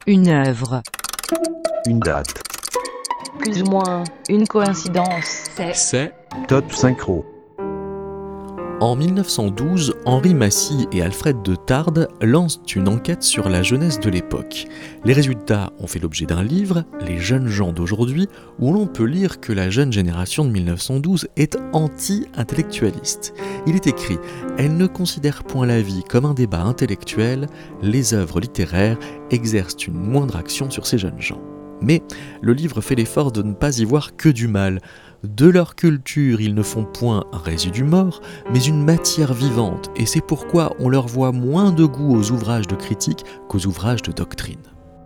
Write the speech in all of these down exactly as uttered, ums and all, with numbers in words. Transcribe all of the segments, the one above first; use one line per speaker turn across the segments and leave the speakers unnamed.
Une œuvre.
Une date.
Plus ou moins une coïncidence.
C'est.
C'est
Top synchro.
en mille neuf cent douze, Henri Massy et Alfred de Tarde lancent une enquête sur la jeunesse de l'époque. Les résultats ont fait l'objet d'un livre, Les jeunes gens d'aujourd'hui, où l'on peut lire que la jeune génération de mille neuf cent douze est anti-intellectualiste. Il est écrit « Elle ne considère point la vie comme un débat intellectuel, les œuvres littéraires exercent une moindre action sur ces jeunes gens. » Mais le livre fait l'effort de ne pas y voir que du mal. De leur culture, ils ne font point un résidu mort, mais une matière vivante, et c'est pourquoi on leur voit moins de goût aux ouvrages de critique qu'aux ouvrages de doctrine.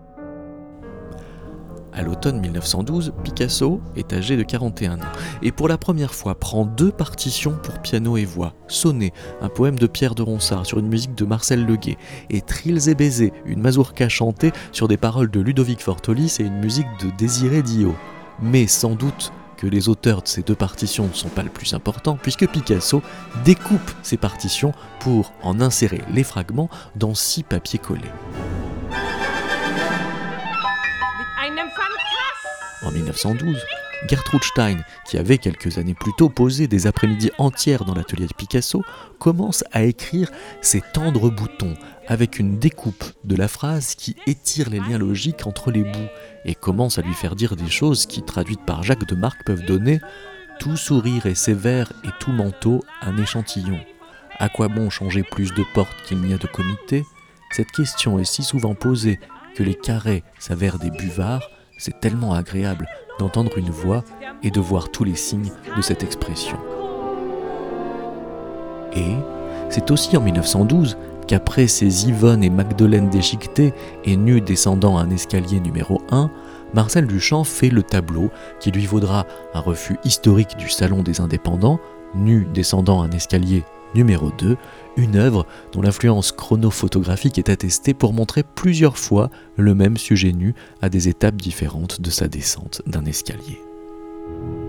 À l'automne mille neuf cent douze, Picasso est âgé de quarante et un ans, et pour la première fois prend deux partitions pour piano et voix, Sonnet, un poème de Pierre de Ronsard sur une musique de Marcel Leguet, et Trills et baisers, une mazurka chantée sur des paroles de Ludovic Fortolis et une musique de Désiré Dio. Mais sans doute que les auteurs de ces deux partitions ne sont pas le plus important, puisque Picasso découpe ces partitions pour en insérer les fragments dans six papiers collés. En mille neuf cent douze, Gertrude Stein, qui avait quelques années plus tôt posé des après-midi entières dans l'atelier de Picasso, commence à écrire ses tendres boutons, avec une découpe de la phrase qui étire les liens logiques entre les bouts, et commence à lui faire dire des choses qui, traduites par Jacques de Marck, peuvent donner « Tout sourire est sévère et tout manteau un échantillon. À quoi bon changer plus de portes qu'il n'y a de comités ? Cette question est si souvent posée que les carrés s'avèrent des buvards. C'est tellement agréable d'entendre une voix et de voir tous les signes de cette expression. » Et c'est aussi en mille neuf cent douze qu'après ces Yvonne et Magdeleine déchiquetées et nues descendant un escalier numéro un, Marcel Duchamp fait le tableau qui lui vaudra un refus historique du Salon des Indépendants, nues descendant un escalier numéro deux, une œuvre dont l'influence chronophotographique est attestée pour montrer plusieurs fois le même sujet nu à des étapes différentes de sa descente d'un escalier.